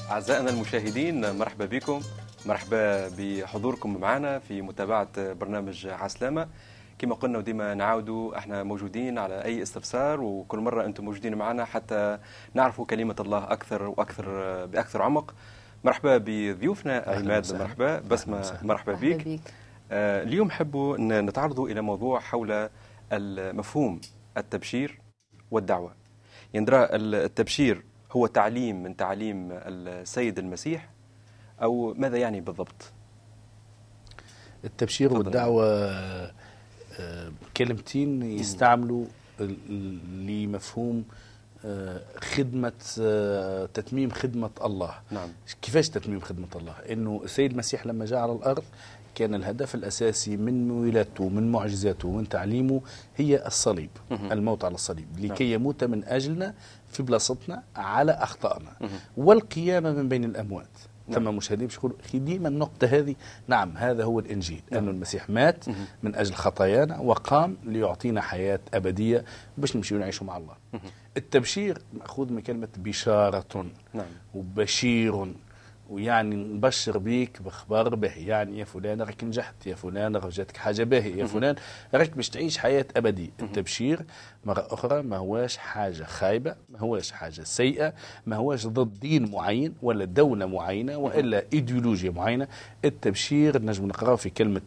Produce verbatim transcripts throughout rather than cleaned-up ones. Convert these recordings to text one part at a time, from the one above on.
أعزائنا المشاهدين، مرحبا بكم، مرحبا بحضوركم معنا في متابعة برنامج عسلامة. كما قلنا وديما نعاودوا، احنا موجودين على أي استفسار، وكل مرة أنتم موجودين معنا حتى نعرفوا كلمة الله أكثر وأكثر بأكثر عمق. مرحبا بضيوفنا. عماد مرحبا، بسمة مرحبا بك. آه اليوم حبوا نتعرضوا إلى موضوع حول المفهوم التبشير والدعوة. يندرى التبشير هو تعليم من تعليم السيد المسيح، أو ماذا يعني بالضبط؟ التبشير والدعوة كلمتين يستعملوا لمفهوم خدمة تتميم خدمة الله. نعم. كيفاش تتميم خدمة الله؟ إنه السيد المسيح لما جاء على الأرض كان الهدف الأساسي من ولادته، من معجزاته، من تعليمه هي الصليب، الموت على الصليب، لكي يموت من أجلنا في بلاصتنا على أخطائنا، والقيامة من بين الأموات. ثم مشاهدين باش يقولوا ديما النقطة هذه، نعم هذا هو الإنجيل، أن المسيح مات من أجل خطايانا وقام ليعطينا حياة أبدية باش نمشي ونعيشوا مع الله. التبشير مأخوذ من كلمة بشارة. نعم. وبشير، ويعني نبشر بيك بخبر باهي، يعني يا فلان راك نجحت، يا فلان راك جاتك حاجه باهي، يا فلان راك باش تعيش حياه ابديه. التبشير مره اخرى ما هواش حاجه خايبه، ما هواش حاجه سيئه، ما هواش ضد دين معين ولا دوله معينه والا ايديولوجيا معينه. التبشير نجم نقراه في كلمه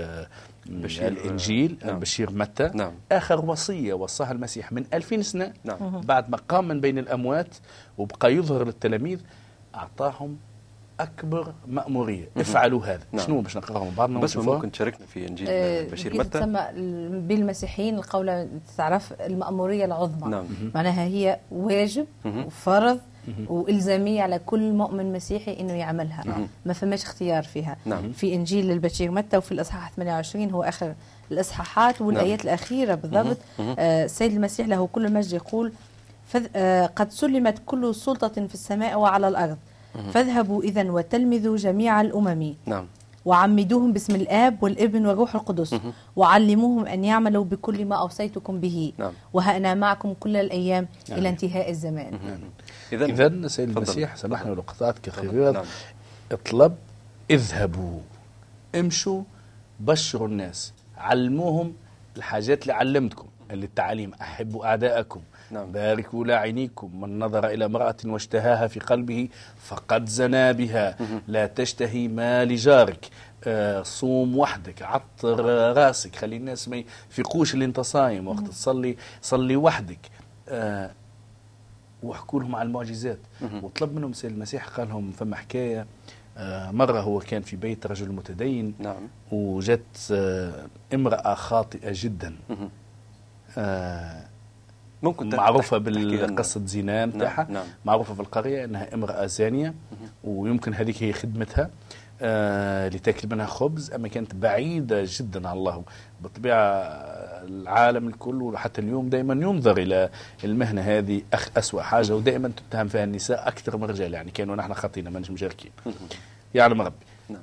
الانجيل. نعم. البشير متى. نعم. اخر وصيه وصاها المسيح من ألفين سنه. نعم. بعد ما قام من بين الاموات وبقى يظهر للتلاميذ، اعطاهم أكبر مأمورية، افعلوا هذا. نعم. شنو باش نقراهم بعضنا؟ بس ممكن تشاركنا في إنجيل أه بشير متى؟ تسمى بالمسيحيين القولة تعرف المأمورية العظمى. نعم. معناها هي واجب وفرض وإلزامية على كل مؤمن مسيحي إنه يعملها. نعم. ما فماش اختيار فيها. نعم. في إنجيل البشير متى وفي الإصحاح ثمانية وعشرين هو آخر الإصحاحات والآيات نعم. الأخيرة بالضبط. آه السيد المسيح له كل المجد يقول آه قد سلمت كل سلطة في السماء وعلى الأرض، فاذهبوا إذن وتلمذوا جميع الأمم. نعم. وعمدوهم باسم الآب والابن والروح القدس. مه. وعلموهم أن يعملوا بكل ما أوصيتكم به. نعم. وها أنا معكم كل الأيام نعم. إلى انتهاء الزمان. إذن إذن سيد المسيح سمحنا لقطات كثيرة. نعم. اطلب، اذهبوا، امشوا، بشروا الناس، علموهم الحاجات اللي علمتكم، اللي التعليم أحبوا أعداءكم. نعم. باركوا لاعنيكم، من نظر إلى امرأة واشتهاها في قلبه فقد زنا بها. لا تشتهي ما لجارك. آه صوم وحدك، عطر راسك، خلي الناس ما يفيقوش اللي انت صايم. وقت تصلي صلي وحدك. آه واحكوا لهم على المعجزات. وطلب منهم سيد المسيح، قال لهم فما حكاية. آه مرة هو كان في بيت رجل متدين. نعم. وجت آه امرأة خاطئة جدا. آه ممكن معروفة بالقصة زنا متاعها. نعم. نعم. معروفة في القرية أنها امرأة زانية. ويمكن هذيك هي خدمتها آه لتاكل منها خبز، أما كانت بعيدة جدا عن الله. بالطبيعة العالم الكل وحتى اليوم دائما ينظر إلى المهنة هذه أخ أسوأ حاجة، ودائما تتهم فيها النساء أكثر من الرجال. يعني كانوا نحن خاطينا ما نجم مشاركين. يعلم ربي. نعم.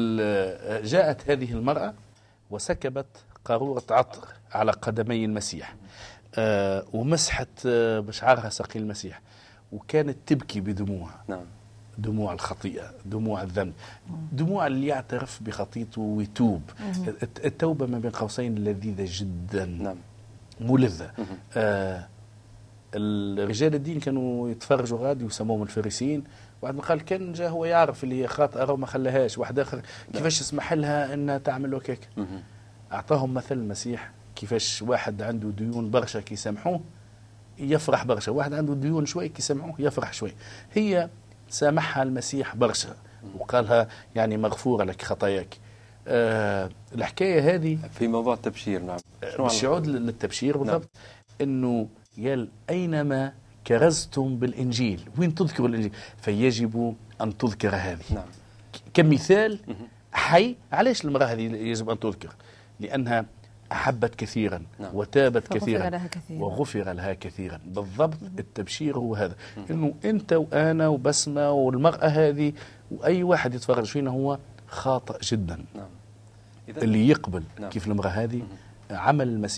جاءت هذه المرأة وسكبت قارورة عطر على قدمي المسيح. آه ومسحت آه بشعرها ساقي المسيح، وكانت تبكي بدموعها. نعم. دموع الخطيئة، دموع الذنب، دموع اللي يعترف بخطيئته ويتوب. التوبة ما بين قوسين لذيذة جدا. نعم. ملذة. آه الرجال الدين كانوا يتفرجوا غادي ويسموهم الفريسيين. واحد ما قال كان جاء هو يعرف اللي هي خاطئة وما خلاهاش. واحد آخر كيفاش يسمح لها أنها تعمل وكاك. أعطاهم مثل المسيح كيفاش واحد عنده ديون برشا كي يسامحوه يفرح برشا، واحد عنده ديون شوي كي يسامحوه يفرح شوي. هي سامحها المسيح برشا وقالها يعني مغفورة لك خطاياك. أه الحكاية هذه في موضوع التبشير. نعم. باش يعود للتبشير بالضبط. نعم. انه قال اينما كرزتم بالانجيل، وين تذكر الانجيل فيجب ان تذكر هذه. نعم. كمثال حي. علاش المرأة هذه يجب ان تذكر؟ لانها أحبت كثيرا. نعم. وتابت كثيرا لها كثيرا وغفر لها كثيرا. بالضبط. التبشير هو هذا، إنه أنت وأنا وبسمة والمرأة هذه وأي واحد يتفرج فينا هو خاطئ جدا. نعم. اللي يقبل. نعم. كيف المرأة هذه مم. عمل المسيح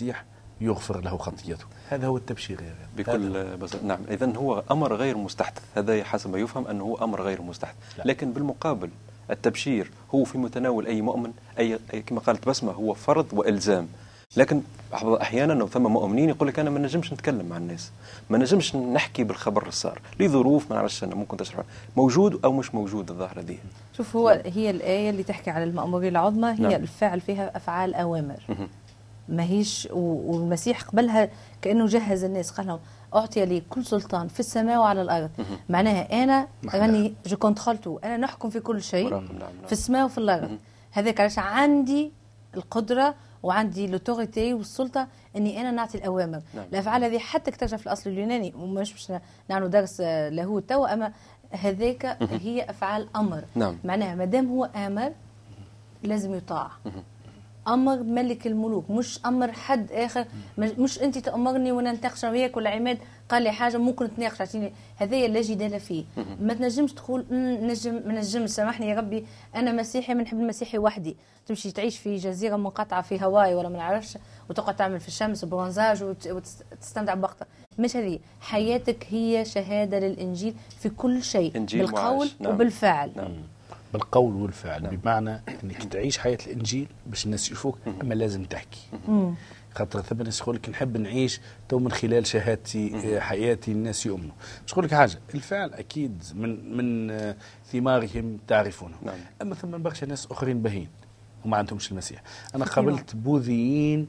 يغفر له خطيته. هذا هو التبشير يا غير. بكل بساطة. نعم، إذن هو أمر غير مستحدث، هذا حسب ما يفهم أنه هو أمر غير مستحدث. لا. لكن بالمقابل التبشير هو في متناول أي مؤمن، أي كما قالت بسمة هو فرض وإلزام. لكن احيانا ثم مؤمنين يقول لك انا ما نجمش نتكلم مع الناس، ما نجمش نحكي بالخبر اللي صار لظروف ما نعرفش انا، ممكن تشرح موجود او مش موجود الظاهره دي. شوف هو نعم. هي الايه اللي تحكي على المأمورية العظمى هي نعم. الفعل فيها افعال اوامر ما هيش، والمسيح قبلها كانه جهز الناس قال لهم اعطي لي كل سلطان في السماء وعلى الارض. معناها انا راني جو كونترول تو، انا نحكم في كل شيء نعم. في السماء وفي الارض. هذاك علاش عندي القدره وعندي لوتوريتي والسلطه اني انا نعطي الاوامر. نعم. الافعال هذه حتى كترجع في الاصل اليوناني، ومش باش نعملوا درس لاهوت توا، اما هذاك هي افعال امر. نعم. معناها ما دام هو امر لازم يطاع. امر ملك الملوك، مش امر حد اخر. مش انت تامرني وانا نتناقش وياك، ولا عماد قال لي حاجه ممكن نتناقش عشان هذايا لا جدال فيه. ما تنجمش تقول نجم ما نجمش، سامحني يا ربي انا مسيحي ما نحب المسيحي وحدي، تمشي تعيش في جزيره منقطعه في هاواي ولا ما نعرفش وتقعد تعمل في الشمس برونزاج وتستمتع بوقتها. مش هذه حياتك، هي شهاده للانجيل في كل شيء بالقول نعم. وبالفعل نعم. بالقول والفعل. نعم. بمعنى انك تعيش حياه الانجيل باش الناس يشوفوك، اما لازم تحكي. مم. خاطر ثم الناس يقول لك نحب نعيش تو من خلال شهادتي حياتي الناس يؤمنوا. مش نقول لك حاجه، الفعل اكيد من من ثمارهم تعرفونه. نعم. اما ثم برشا ناس اخرين بهين وما عندهمش المسيح. انا قابلت بوذيين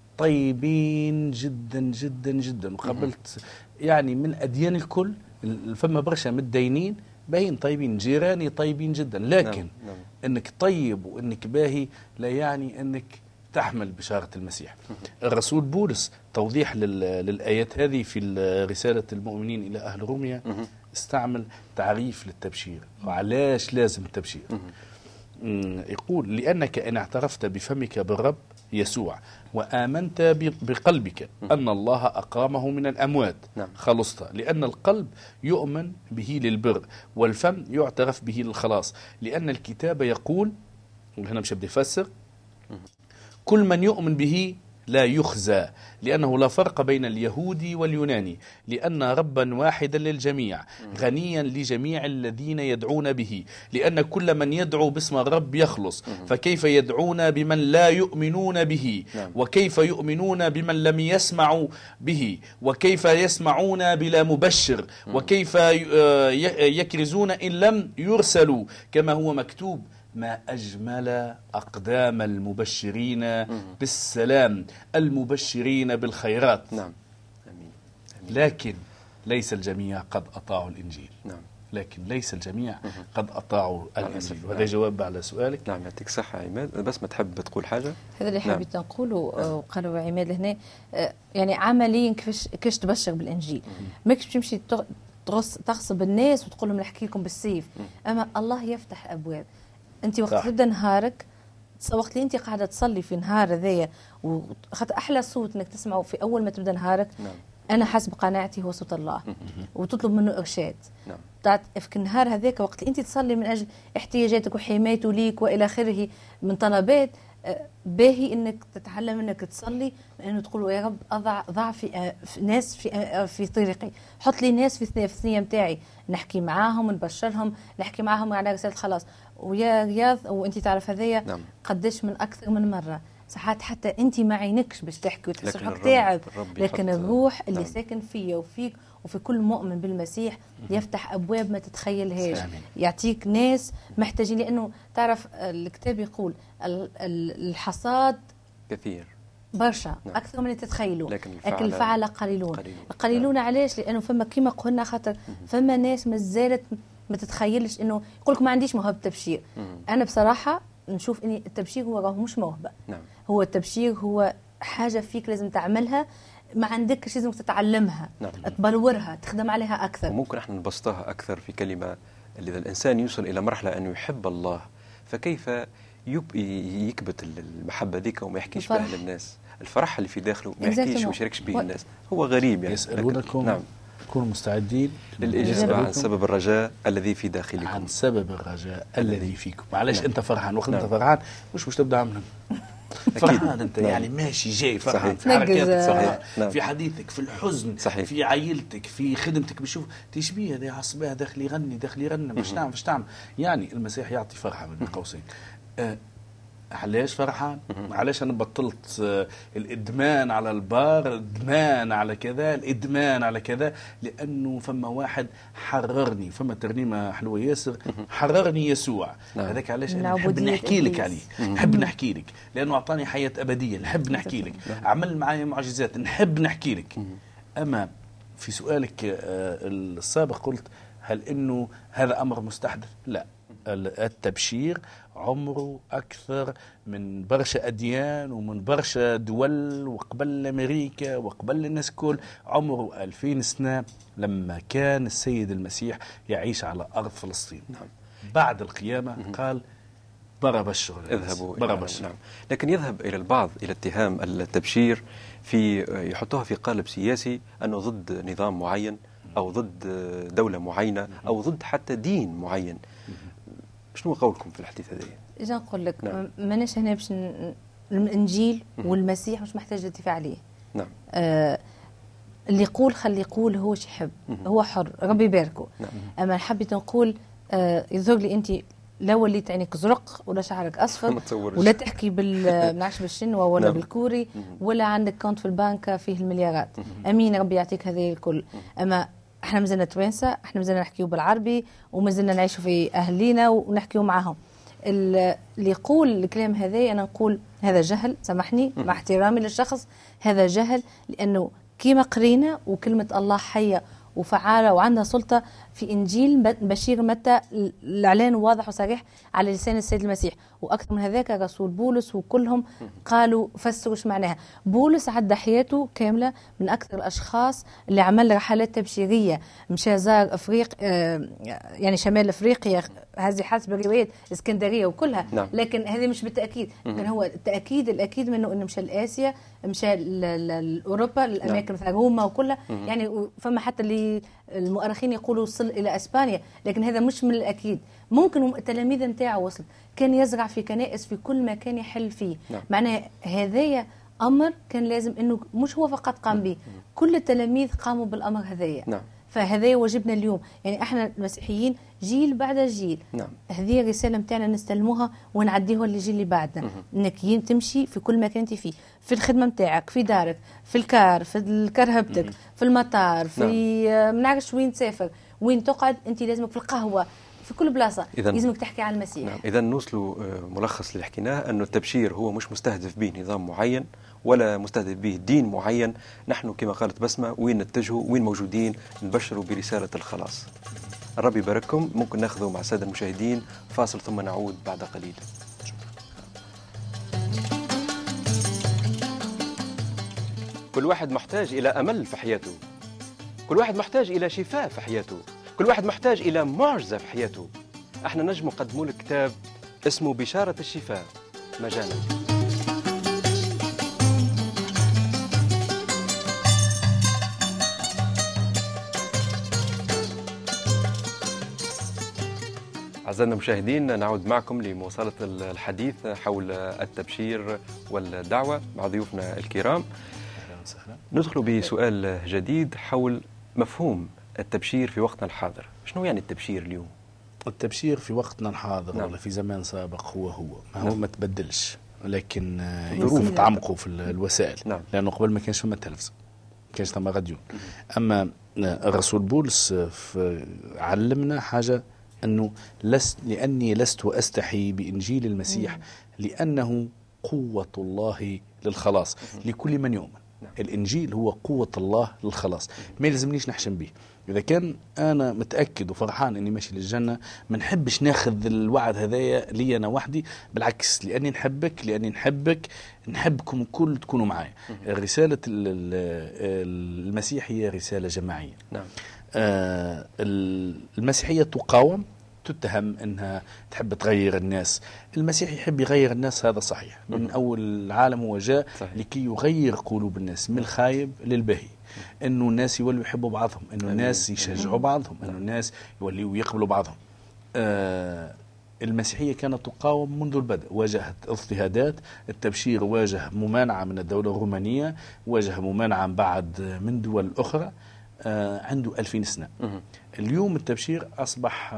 طيبين جدا جدا جدا، وقابلت يعني من اديان الكل، فما برشا متدينين باهين طيبين، جيراني طيبين جدا، لكن نعم. نعم. انك طيب وانك باهي لا يعني انك تحمل بشارة المسيح. الرسول بولس توضيح للآيات هذه في رسالة المؤمنين إلى أهل روميا استعمل تعريف للتبشير وعلاش لازم التبشير. يقول لأنك إن اعترفت بفمك بالرب يسوع وآمنت بقلبك أن الله أقامه من الأموات خلصت، لأن القلب يؤمن به للبر والفم يعترف به للخلاص، لأن الكتاب يقول، وهنا مش بدي أفسر، كل من يؤمن به لا يخزى، لأنه لا فرق بين اليهودي واليوناني، لأن ربا واحدا للجميع غنيا لجميع الذين يدعون به، لأن كل من يدعو باسم الرب يخلص، فكيف يدعون بمن لا يؤمنون به، وكيف يؤمنون بمن لم يسمعوا به، وكيف يسمعون بلا مبشر، وكيف يكرزون إن لم يرسلوا، كما هو مكتوب ما أجمل أقدام المبشرين بالسلام، المبشرين بالخيرات. نعم. أمين. أمين. لكن ليس الجميع قد أطاعوا الإنجيل. نعم. لكن ليس الجميع قد أطاعوا الإنجيل. وهذا نعم. جواب على سؤالك. نعم يعطيك صحة عماد، بس ما تحب تقول حاجة؟ هذا اللي نعم. حبيت نقوله. قالوا عماد هنا يعني عمليا كيفاش كيفاش تبشر بالإنجيل. ماكش تمشي تغصب الناس وتقول لهم نحكي لكم بالسيف، أما الله يفتح أبواب. انت وقت تبدا نهارك، وقت اللي انت قاعده تصلي في نهار هذايا، وخاطر احلى صوت انك تسمعه في اول ما تبدا نهارك. نعم. انا حسب قناعتي هو صوت الله، وتطلب منه ارشاد. نعم. في النهار هذاك وقت اللي انت تصلي من اجل احتياجاتك وحمايته ليك والى اخره من طلبات، باهي انك تتعلم انك تصلي، لانه تقول يا رب اضع ضع في ناس في في طريقي، حط لي ناس في الثنيه نتاعي نحكي معاهم نبشرهم، نحكي معاهم على رساله خلاص. ويا رياض وانت تعرف هذايا نعم. قداش من اكثر من مره ساعات حتى انت ما عينكش باش تحكي وتحس روحك تعب، لكن الروح اللي نعم. ساكن فيا وفيك وفي كل مؤمن بالمسيح يفتح ابواب ما تتخيلهاش، يعطيك ناس محتاجين، لانه تعرف الكتاب يقول الحصاد كثير برشا نعم. اكثر من تتخيلوا، لكن الفعل قليلون. قليلون نعم. علاش؟ لانه فما كيما قلنا خاطر فما ناس مازالت ما تتخيلش انه يقولك ما عنديش موهبه تبشير. انا بصراحه نشوف ان التبشير هو راهو مش موهبه. نعم. هو التبشير هو حاجه فيك لازم تعملها، ما عندكش لازم تتعلمها. نعم. تبلورها، تخدم عليها اكثر. وممكن احنا نبسطها اكثر في كلمه، اللي اذا الانسان يوصل الى مرحله انه يحب الله، فكيف يكبت المحبه ذيك وما يحكيش بها للناس، الفرح اللي في داخله ما يحكيش وما يشاركش به الناس. هو غريب يعني. يسالونكم نعم. كونوا مستعدين للإجابة عن سبب الرجاء الذي في داخلكم. عن سبب الرجاء الذي فيكم. معلش نعم. انت فرحان وقت نعم. انت فرحان مش مش تبدا عملا فرحان انت نعم. يعني ماشي جاي فرحان صحيح. في حركاتك صحيح. نعم. في حديثك في الحزن صحيح. في عائلتك في خدمتك بشوف تشبيه هذا عصباه داخل يغني داخل يغني باش تعمل باش تعمل يعني المسيح يعطي فرحه بين قوسين. آه علاش فرحان؟ علاش انا بطلت آه الادمان على البار، الادمان على كذا، الادمان على كذا؟ لانه فما واحد حررني، فما ترنيمه حلوه ياسر، حررني يسوع. نعم. هذاك علاش انا نعبودية نحب نحكي لك عليه، إبليس. نحب نحكي لك لانه اعطاني حياه ابديه، نحب نحكي لك، عمل معايا معجزات، نحب نحكي لك. اما في سؤالك آه السابق قلت هل انه هذا امر مستحدث؟ لا، التبشير عمره أكثر من برشا أديان ومن برشا دول، وقبل أمريكا وقبل الناس كل، عمره ألفين سنة لما كان السيد المسيح يعيش على أرض فلسطين. نعم. بعد القيامة قال برا بشر اذهبوا برا إلى- بشر. نعم. لكن يذهب إلى البعض إلى اتهام التبشير في يحطوها في قالب سياسي أنه ضد نظام معين أو ضد دولة معينة أو ضد حتى دين معين. شنو قولكم في الحديث هذا؟ اجا نقول لك نعم. ماناش هنا باش ن- الانجيل والمسيح مش محتاج الدفاع عليه. نعم. آه اللي يقول خلي يقول هو ايش يحب، هو حر، ربي يباركه. نعم. اما حبيت نقول آه يظهر لي انت لا وليت عينك زرق ولا شعرك ما اصفر تصورش. ولا تحكي بال منعرفش بالشنوة ولا نعم. بالكوري ولا عندك كونت في البنك فيه المليارات. امين ربي يعطيك هذه الكل. اما احنا مازلنا توانسه، احنا مازلنا نحكيو بالعربي ومازلنا نعيشوا في اهلينا ونحكيو معاهم. اللي يقول الكلام هذا انا نقول هذا جهل، سامحني مع احترامي للشخص، هذا جهل. لانه كيما قرينا وكلمه الله حيه وفعاله وعندها سلطه في انجيل بشير متى، الاعلان واضح وصريح على لسان السيد المسيح. واكثر من هذاك رسول بولس وكلهم قالوا فسروا ايش معناها. بولس عدى حياته كامله من اكثر الاشخاص اللي عمل رحلات تبشيريه، مشى زار افريق آه يعني شمال افريقيا، هذه حسب الروايات، اسكندريه وكلها. نعم. لكن هذه مش بالتاكيد، لكن هو التاكيد الاكيد منه انه مشى لاسيا، مشى لاوروبا، الاماكن مثل روما وكلها. يعني فما حتى اللي المؤرخين يقولوا وصل الى اسبانيا، لكن هذا مش من الاكيد. ممكن التلاميذ نتاعه وصل، كان يزرع في كنائس في كل مكان يحل فيه. نعم. معناه هذايا امر كان لازم انه مش هو فقط قام به، كل التلاميذ قاموا بالامر هذايا. نعم. فهذا واجبنا اليوم. يعني احنا المسيحيين جيل بعد جيل. نعم. هذه الرساله نتاعنا نستلموها ونعديها للجيل اللي بعدنا. انك تمشي في كل مكان انت فيه، في الخدمه نتاعك، في دارك، في الكار، في كرهبتك، في المطار، في نعم. منعرفش وين تسافر، وين تقعد، انت لازمك في القهوه، في كل بلاصه لازمك تحكي عن المسيح. نعم. اذا نوصلوا ملخص اللي حكيناه انه التبشير هو مش مستهدف به نظام معين ولا مستهدف به دين معين. نحن كما قالت بسمة وين نتجهوا، وين موجودين، نبشروا برسالة الخلاص. الرب يبارككم. ممكن ناخذوا مع السادة المشاهدين فاصل ثم نعود بعد قليل. كل واحد محتاج إلى أمل في حياته، كل واحد محتاج إلى شفاء في حياته، كل واحد محتاج إلى معجزة في حياته. احنا نجم نقدموا لك كتاب اسمه بشارة الشفاء مجانا. أعزائنا المشاهدين، نعود معكم لمواصلة الحديث حول التبشير والدعوة مع ضيوفنا الكرام. ندخل بسؤال جديد حول مفهوم التبشير في وقتنا الحاضر. شنو يعني التبشير اليوم؟ التبشير في وقتنا الحاضر نعم. ولا في زمان سابق هو هو ما هو نعم. ما تبدلش، لكن ظروف يظروف تعمقوا في الوسائل. نعم. لأنه قبل ما كانش فما تلفزة، ما كانش ثم راديو. أما الرسول بولس علمنا حاجة، أنه لست لأني لست أستحي بإنجيل المسيح لأنه قوة الله للخلاص لكل من يؤمن. الإنجيل هو قوة الله للخلاص، ما يلزمنيش نحشم به. إذا كان أنا متأكد وفرحان أني ماشي للجنة، ما نحبش ناخذ الوعد هذايا لي أنا وحدي، بالعكس لأني نحبك لأني نحبك نحبكم كل تكونوا معايا. رسالة المسيح هي رسالة جماعية. نعم. آه المسيحية تقاوم، تتهم أنها تحب تغير الناس. المسيح يحب يغير الناس، هذا صحيح. من أول العالم هو جاء صحيح. لكي يغير قلوب الناس من الخايب للبهي، أنه الناس يولوا يحبوا بعضهم، أنه الناس يشجعوا بعضهم، أنه الناس يولوا يقبلوا بعضهم. آه المسيحية كانت تقاوم منذ البدء، واجهت اضطهادات، التبشير واجه ممانعة من الدولة الرومانية، واجه ممانعة بعد من دول أخرى عنده ألفين سنة. اليوم التبشير أصبح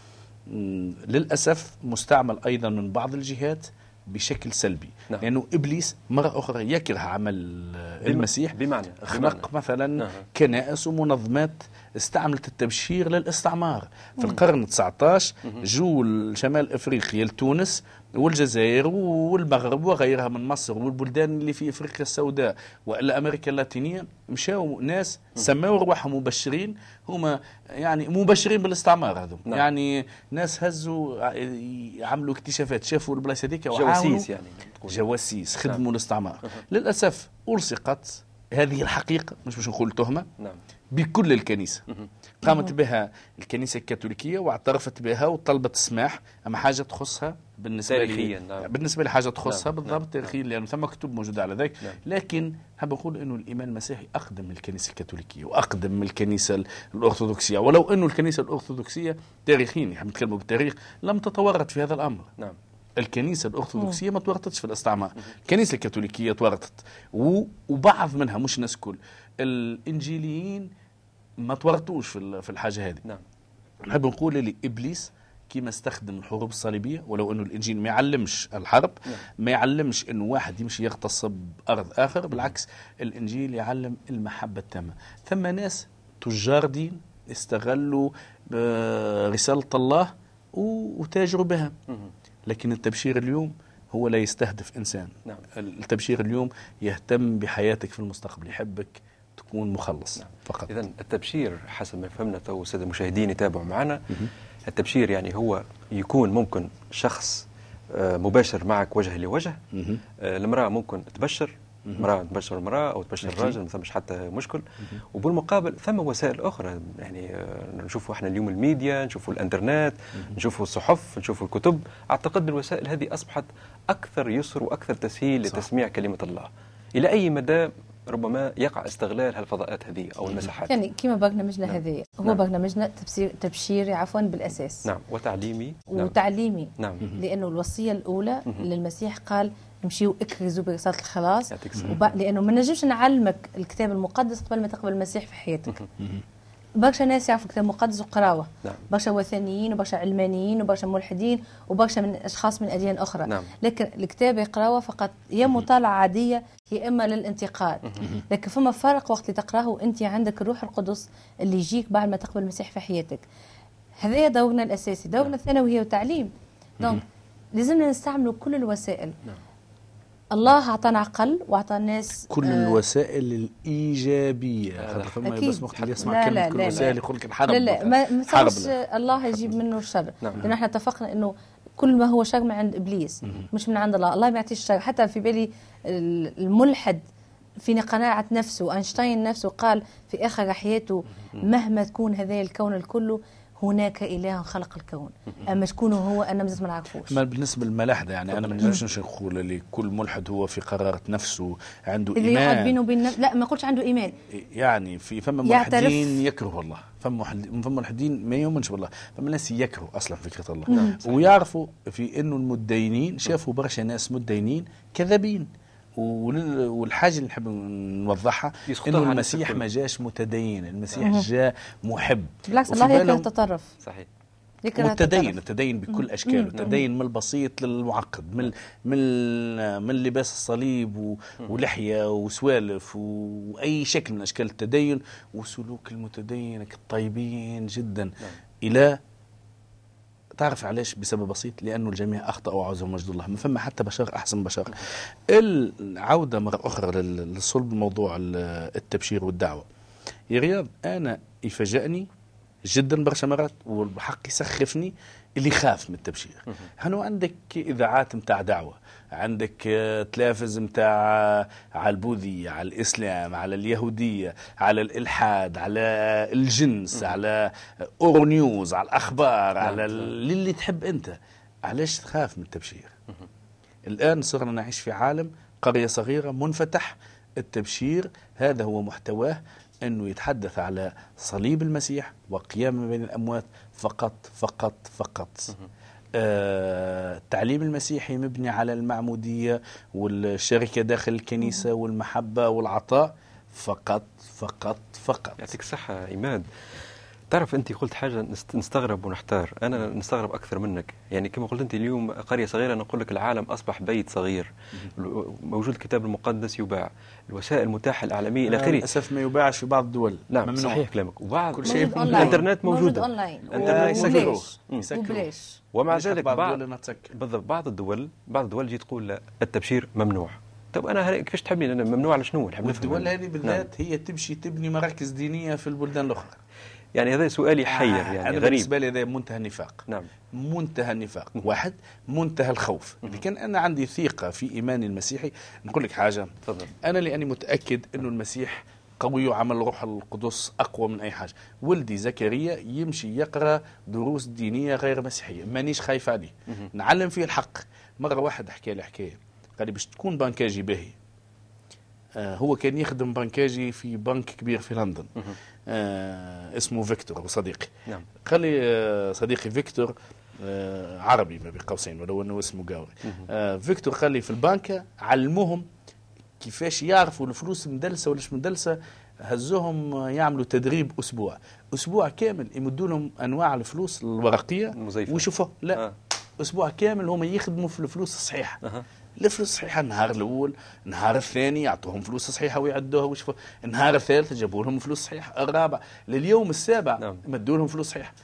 للأسف مستعمل أيضا من بعض الجهات بشكل سلبي. نعم. لأنه إبليس مرة أخرى يكره عمل المسيح. بمعنى خلق مثلا نعم. كنائس ومنظمات استعملت التبشير للاستعمار. في القرن التاسع عشر جو شمال أفريقيا لتونس والجزائر والمغرب وغيرها من مصر والبلدان اللي في أفريقيا السوداء وإلى أمريكا اللاتينية، مشاو ناس سماوا رواحهم مبشرين، هما يعني مبشرين بالاستعمار هذو. نعم. يعني ناس هزوا عملوا اكتشافات، شافوا البلايص هذيك جواسيس، يعني جواسيس خدموا نعم. الاستعمار. للأسف ألصقت هذه الحقيقة، مش باش نقول تهمة. نعم. بكل الكنيسة قامت بها الكنيسة الكاثوليكية واعترفت بها وطلبت السماح، أما حاجة تخصها بالنسبة تاريخيا. نعم. بالنسبة لحاجة تخصها نعم. بالضبط نعم. تاريخيا، لأنه ثم كتب موجودة على ذلك. نعم. لكن حاب أقول أنه الإيمان المسيحي أقدم من الكنيسة الكاثوليكية وأقدم من الكنيسة الأرثوذكسية، ولو أنه الكنيسة الأرثوذكسية تاريخيا نحن نتكلموا بالتاريخ لم تتورط في هذا الأمر. نعم. الكنيسة الأرثوذكسية ما تورطتش في الاستعمار، الكنيسة الكاثوليكية تورطت وبعض منها مش ناس كل. الإنجيليين ما تورطوش في في الحاجة هذه. نعم. نحب نقول لي إبليس كما استخدم الحروب الصليبية، ولو أنه الإنجيل ما يعلمش الحرب. نعم. ما يعلمش أنه واحد يمشي يغتصب أرض آخر، بالعكس الإنجيل يعلم المحبة التامة. ثم ناس تجار دين استغلوا رسالة الله وتاجروا بها. لكن التبشير اليوم هو لا يستهدف إنسان. نعم. التبشير اليوم يهتم بحياتك في المستقبل، يحبك تكون مخلص. نعم. فقط. إذن التبشير حسب ما فهمنا تو السادة المشاهدين يتابعوا معنا، التبشير يعني هو يكون ممكن شخص مباشر معك وجه لوجه. المرأة ممكن تبشر مرأة تبشر المرأة أو تبشر الرجل، ما ثمش حتى مشكل. وبالمقابل ثم وسائل أخرى، يعني نشوفوا احنا اليوم الميديا، نشوفوا الانترنت، نشوفوا الصحف، نشوفوا الكتب. أعتقد الوسائل هذه أصبحت أكثر يسر وأكثر تسهيل لتسميع كلمة الله. إلى أي مدى ربما يقع استغلال هالفضاءات هذه أو المساحات؟ يعني كما برنامجنا نعم. هذه هو نعم. برنامجنا تبشير تبشيري عفوا بالأساس. نعم. وتعليمي. وتعليمي. نعم. لأنه الوصية الأولى للمسيح قال امشيوا اكرزوا برسالة الخلاص، وب... لأنه ما نجمش نعلمك الكتاب المقدس قبل ما تقبل المسيح في حياتك. برشا ناس يعرفوا الكتاب المقدس وقراوه. نعم. برشا وثنيين وبرشا علمانيين وبرشا ملحدين وبرشا من اشخاص من اديان اخرى. نعم. لكن الكتاب يقراوه فقط يا مطالعه عاديه يا اما للانتقاد. لكن فما فرق وقت اللي تقراه وانت عندك الروح القدس اللي يجيك بعد ما تقبل المسيح في حياتك. هذا دورنا الاساسي. دورنا الثانوي هي وتعليم. دونك لازمنا نستعملوا كل الوسائل. نعم. الله أعطانا عقل وأعطى الناس كل آه الوسائل الإيجابية. خاطر فما بس وقت اللي يسمع كلمة كل الوسائل يقول لك الحرب. لا لا ما مسمش الله يجيب منه الشر. نعم. لأن احنا اتفقنا إنه كل ما هو شر من عند إبليس مش من عند الله. الله ما يعطيش الشر. حتى في بالي الملحد في قناعة نفسه، أينشتاين نفسه قال في آخر حياته مهما تكون هذا الكون الكل هناك إله خلق الكون، أما شكونه هو أنا مازلت ما نعرفوش. ما بالنسبة للملاحدة يعني أنا ما نجمش نقول اللي كل ملحد هو في قرارة نفسه عنده إيمان. اللي يقعد بينه وبين نفسه لا ما قلتش عنده إيمان. يعني في فما ملحدين يكرهوا الله، فما فما ملحدين ما يؤمنش بالله، فما ناس يكرهوا أصلا فكرة الله. نعم. ويعرفوا في إنه المدينين شافوا برشا ناس مدينين كذابين. والحاجة اللي نحب نوضحها إنه المسيح ما جاش متدين، المسيح جاء محب. بالعكس الله يكره التطرف. صحيح. والتدين التدين بكل أشكاله، التدين من البسيط للمعقد، من من من لباس الصليب ولحية وسوالف وأي شكل من أشكال التدين وسلوك المتدين الطيبين جدا. إلى تعرف علاش؟ بسبب بسيط، لأنه الجميع أخطأوا وعوزهم مجد الله، ما فما حتى بشر أحسن بشر. العودة مرة أخرى للصلب موضوع التبشير والدعوة. يا رياض أنا يفاجئني جدا برشا مرات والحق يسخفني اللي خاف من التبشير. هنو عندك إذاعات متاع دعوة، عندك تلافز متاع على البوذية، على الإسلام، على اليهودية، على الإلحاد، على الجنس، على أورو نيوز، على الأخبار، على اللي تحب أنت. علاش تخاف من التبشير؟ الآن صرنا نعيش في عالم قرية صغيرة منفتح، التبشير هذا هو محتواه أنه يتحدث على صليب المسيح وقيامه بين الأموات فقط فقط فقط. آه، التعليم المسيحي مبني على المعمودية والشركة داخل الكنيسة والمحبة والعطاء فقط فقط فقط. يعطيك الصحة عماد. تعرف أنت قلت حاجة نستغرب ونحتار، أنا نستغرب أكثر منك. يعني كما قلت أنت اليوم قرية صغيرة، نقول لك العالم أصبح بيت صغير، موجود الكتاب المقدس يباع، الوسائل المتاحة الإعلامية إلى آخره. للأسف ما يباعش في بعض الدول. نعم ممنوع. صحيح كلامك. وبعض كل شيء الإنترنت موجود أونلاين الإنترنت يسكروه وبلاش. ومع ذلك بعض بالضبط بعض الدول بعض الدول جي تقول لا التبشير ممنوع. طب انا كيفاش تحبني انا ممنوع على شنو؟ الدول هذه بالذات نعم. هي تمشي تبني مراكز دينيه في البلدان الاخرى. يعني هذا سؤالي حير يعني أنا غريب. بالنسبه لي هذا منتهى النفاق. نعم منتهى النفاق. واحد منتهى الخوف. لكن انا عندي ثقه في ايماني المسيحي. نقول لك حاجه تفضل. انا لاني متاكد انه المسيح قوي وعمل روح القدس اقوى من اي حاجه. ولدي زكريا يمشي يقرا دروس دينيه غير مسيحيه، مانيش خايف عليه، نعلم فيه الحق. مره واحد حكى لي حكايه، قال لي باش تكون بنكاجي باهي. آه هو كان يخدم بنكاجي في بنك كبير في لندن، آه اسمه فيكتور، هو صديقي. نعم. قال لي آه صديقي فيكتور آه عربي ما بين قوسين ولو انه اسمه قاوري. آه فيكتور قال لي في البنكه علموهم كيفاش يعرفوا الفلوس مدلسه ولا مش مدلسه. هزوهم يعملوا تدريب اسبوع، اسبوع كامل يمدوا لهم انواع الفلوس الورقيه ويشوفوا لا آه. اسبوع كامل هم يخدموا في الفلوس الصحيحه. أه. الفلوس الصحيحه النهار الاول، النهار الثاني يعطوهم فلوس صحيحه ويعدوها ويشوفوا، النهار الثالث جابوا لهم فلوس صحيحه، الرابع لليوم السابع نعم. مدوا لهم فلوس صحيحه.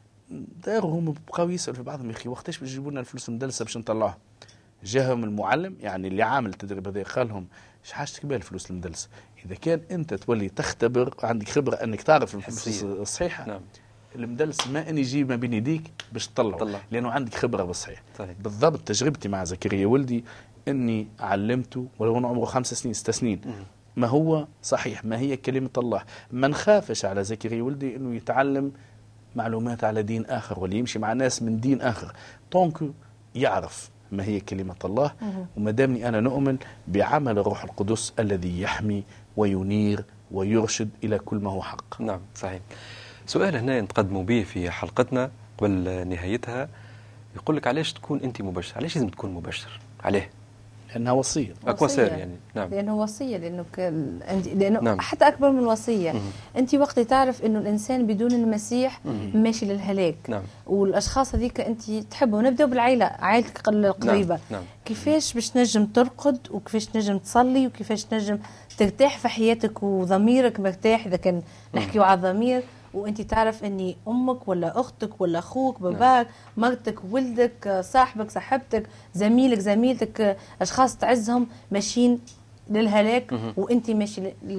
دارهم بقاو يسالوا في بعضهم، يا اخي وقتاش باش يجيبوا لنا الفلوس المدلسه باش نطلعوها؟ جاهم المعلم يعني اللي عامل التدريب هذا قال لهم ايش حاجتك بها الفلوس المدلسه؟ اذا كان انت تولي تختبر عندك خبره انك تعرف الفلوس الصحيحه نعم. المدلس ما اني يجي ما بين يديك باش تطلعه طلع. لانه عندك خبره بالصحيح. طيب. بالضبط تجربتي مع زكريا ولدي اني علمته ولو انه عمره خمس سنين ست سنين م- ما هو صحيح، ما هي كلمه الله. ما نخافش على زكريا ولدي انه يتعلم معلومات على دين اخر ولا يمشي مع ناس من دين اخر، طونك يعرف ما هي كلمة الله. وما دامني أنا نؤمن بعمل الروح القدس الذي يحمي وينير ويرشد إلى كل ما هو حق. نعم صحيح. سؤال هنا نتقدموا به في حلقتنا قبل نهايتها، يقول لك علاش تكون أنت مبشر؟ علاش لازم تكون مبشر؟ عليه؟ لأنها وصية. وصية يعني نعم. لأنه وصية، لأنه ك... لأنه نعم. حتى أكبر من وصية. مم. أنت وقت تعرف إنه الإنسان بدون المسيح مم. ماشي للهلاك. نعم. والأشخاص هذيك أنت تحبهم. نبدأ بالعائلة، عائلتك القريبة. نعم. نعم. كيفاش باش تنجم ترقد وكيفاش تنجم تصلي وكيفاش تنجم ترتاح في حياتك وضميرك مرتاح إذا كان نحكيو على الضمير، وانت تعرف اني امك ولا اختك ولا اخوك باباك مرتك ولدك صاحبك صاحبتك زميلك زميلتك اشخاص تعزهم ماشيين للهلاك وانت ماشي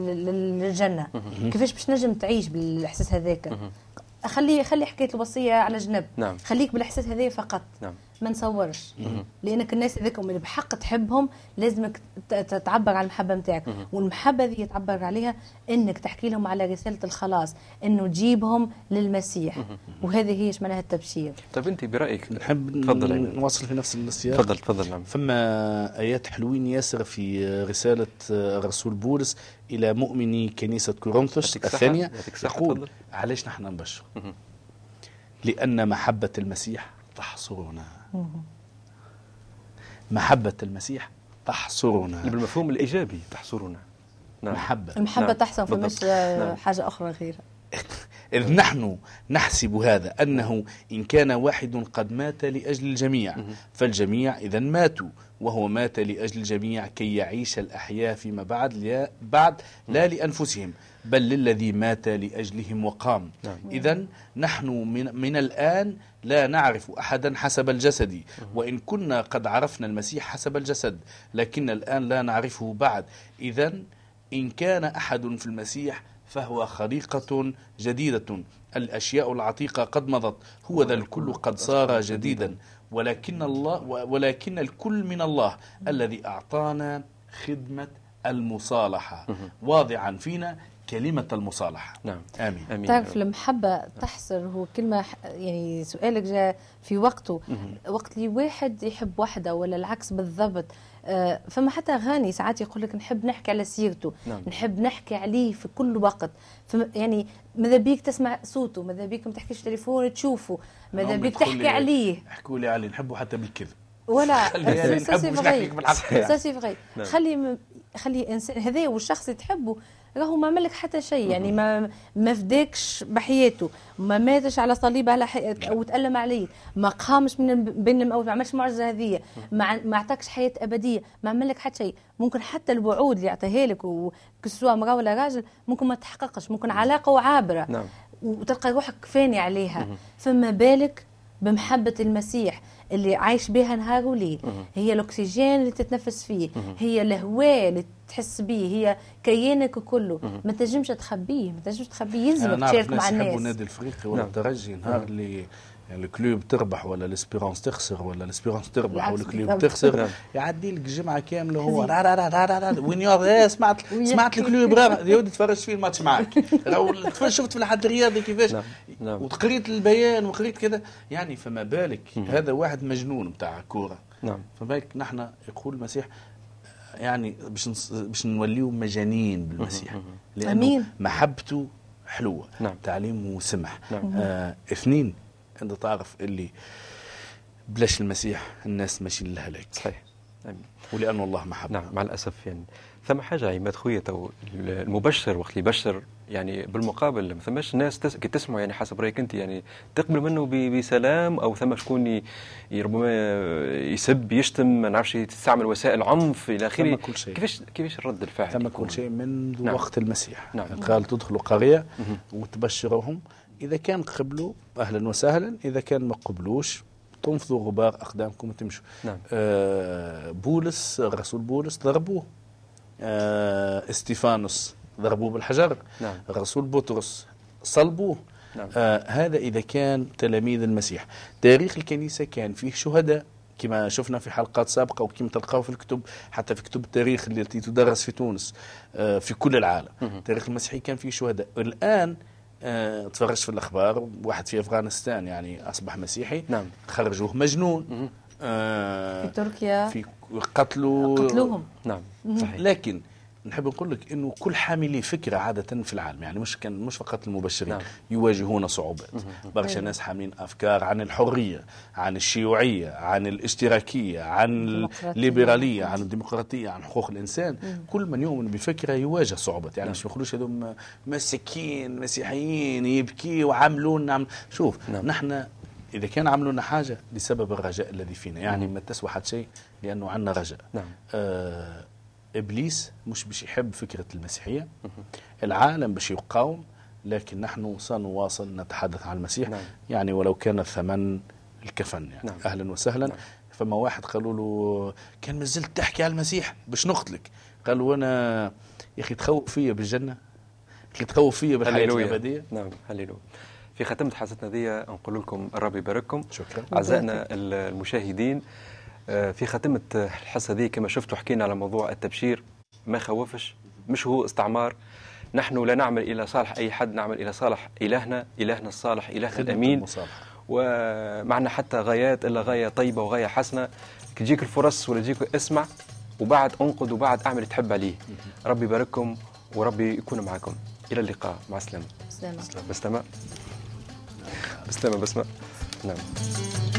للجنه. كيفاش باش نجم تعيش بالاحساس هذاك؟ خلي خلي حكايه الوصيه على جنب. نعم. خليك بالاحساس هذا فقط. نعم. ما نصورش. لانك الناس هذوك اللي بحق تحبهم لازمك تعبر عن المحبه نتاعك، والمحبه هذه تعبر عليها انك تحكي لهم على رساله الخلاص، انه تجيبهم للمسيح، وهذه هي معناها التبشير. طيب انت برايك نحب نواصل في نفس السياق. تفضل تفضل. نعم. فما ايات حلوين ياسر في رساله الرسول بولس الى مؤمني كنيسه كورنثوس الثانيه، يقول علاش نحن نبشر؟ لان محبه المسيح تحصرنا. محبة المسيح تحصرنا بالمفهوم الإيجابي تحصرنا. نعم. محبة المحبة نعم. تحصر فمش نعم. حاجة أخرى غيرها. إذ نحن نحسب هذا أنه إن كان واحد قد مات لأجل الجميع فالجميع إذا ماتوا، وهو مات لأجل الجميع كي يعيش الأحياء فيما بعد لا, بعد لا لأنفسهم بل للذي مات لأجلهم وقام. نعم. إذن نحن من, من الآن لا نعرف أحدا حسب الجسد، وإن كنا قد عرفنا المسيح حسب الجسد لكن الآن لا نعرفه بعد. إذن إن كان أحد في المسيح فهو خليقة جديدة، الأشياء العتيقة قد مضت، هو ذا الكل قد صار جديدا، ولكن الله ولكن الكل من الله الذي أعطانا خدمة المصالحة، واضعا فينا كلمة المصالحة. نعم آمين. آمين. تعرف المحبة تحصر، هو كلمة يعني سؤالك جاء في وقته. وقت اللي واحد يحب وحده ولا العكس بالضبط. آه فما حتى أغاني ساعات يقول لك نحب نحكي على سيرته. نعم. نحب نحكي عليه في كل وقت. يعني ماذا بيك تسمع صوته، ماذا بيك ما تحكيش تليفون تشوفه، ماذا بيك تحكي عليه. احكوا لي عليه نحبه حتى بالكذب ولا خلي نحبه مش نحكيك بالحق. ساسي فغي خلي خلي انسان هذا والشخص اللي تحبه راهو ما عمل لك حتى شيء، يعني ما ما فداكش بحياته، ما ماتش على صليب على حياته او تألم عليه، ما قامش من بين الموت، ما عملش معجزه هذه، ما ما عطاكش حياه ابديه، ما عمل لك حتى شيء. ممكن حتى الوعود اللي يعطيها لك وكسوا امراه ولا راجل ممكن ما تحققش، ممكن علاقه عابره. نعم. وتلقى روحك فاني عليها. فما بالك بمحبه المسيح اللي عايش بها نهار وليل، هي الاكسجين اللي تتنفس فيه، هي الهواء اللي تحس به، هي كيانك كله. ما تنجمش تخبيه، ما تنجمش تخبيه، يلزمك تشارك مع الناس. يحبوا النادي الافريقي ولا الترجي نهار اللي يعني الكلوب تربح ولا الاسبيرونس تخسر ولا الاسبيرونس تربح والكلوب تخسر، يعدي لك جمعه كامله هو را را را را را وين يا سمعت سمعت الكلوب يا ودي تفرج فيه الماتش معك، شفت في الحد الرياضي كيفاش وقريت البيان وقريت كذا يعني. فما بالك هذا واحد مجنون بتاع كوره. نعم. فما بالك نحن يقول المسيح يعني باش باش نوليو مجانين بالمسيح، لانه محبته حلوه. نعم. تعليمه سمح. نعم. آه اثنين انت تعرف اللي بلاش المسيح الناس ماشي للهلاك. صحيح. امين. ولانه الله محبه. نعم. مع الاسف يعني ثم حاجه عماد خويا تو المبشر وقت اللي يبشر يعني بالمقابل ما ثماش ناس تس... كي تسمعوا يعني حسب رايك انت يعني تقبل منه ب... بسلام، او ثم شكون ي... ربما يسب يشتم ما نعرفش تستعمل وسائل عنف الى اخره. كيفاش كيفاش الرد الفعل؟ ثم كل شيء منذ نعم. وقت المسيح. نعم. قال تدخلوا قريه وتبشرهم، اذا كان قبلوا اهلا وسهلا، اذا كان ما قبلوش تنفضوا غبار اقدامكم وتمشوا. نعم. آه بولس الرسول بولس ضربوه، آه استيفانوس ضربوه بالحجر. نعم. الرسول بطرس صلبوه. نعم. آه هذا إذا كان تلاميذ المسيح. تاريخ الكنيسة كان فيه شهداء كما شفنا في حلقات سابقة وكما تلقاه في الكتب، حتى في كتب التاريخ التي تدرس في تونس آه في كل العالم. مه. تاريخ المسيحي كان فيه شهداء. الآن آه تفرجت في الأخبار واحد في أفغانستان يعني أصبح مسيحي. نعم. خرجوه مجنون. آه في تركيا في قتلوا قتلوهم. نعم. صحيح. لكن نحب نقول لك انه كل حاملي فكره عاده في العالم يعني مش كان مش فقط المبشرين. نعم. يواجهون صعوبات. برشا ناس حاملين افكار عن الحريه، عن الشيوعيه، عن الاشتراكيه، عن الليبراليه، عن الديمقراطيه، عن حقوق الانسان. مم. كل من يؤمن بفكره يواجه صعوبات يعني. نعم. مش يقولوش هذوم مساكين مسيحيين يبكي وعملوا لنا. شوف. نعم. نحن إذا كان عملوا لنا حاجة لسبب الرجاء الذي فينا يعني. مم. ما تسوى حد شيء لأنه عندنا رجاء. نعم. آه إبليس مش باش يحب فكرة المسيحية. مم. العالم باش يقاوم، لكن نحن سنواصل نتحدث عن المسيح. نعم. يعني ولو كان الثمن الكفن يعني. نعم. أهلا وسهلا. نعم. فما واحد قالوا له كان مازلت تحكي على المسيح باش نقتلك، قالوا أنا يا أخي تخوف فيا بالجنة، يا أخي تخوف فيا بالحياة الأبدية. نعم. هللويا. في ختمة حلقتنا ذي نقول لكم الرب يبارككم. شكرا أعزائنا المشاهدين. في ختمة الحصة ذي كما شفتوا حكينا على موضوع التبشير، ما خوفش، مش هو استعمار. نحن لا نعمل إلى صالح أي حد، نعمل إلى صالح إلهنا، إلهنا الصالح، إلهنا الأمين. ومعنا حتى غايات إلا غاية طيبة وغاية حسنة. تجيك الفرص ولا تجيك اسمع وبعد انقد وبعد أعمل اللي تحب عليه. ربي يبارككم وربي يكون معكم. إلى اللقاء. مع السلامة. بسلامة. بسلامة. بسلامة. بسلامة. نعم.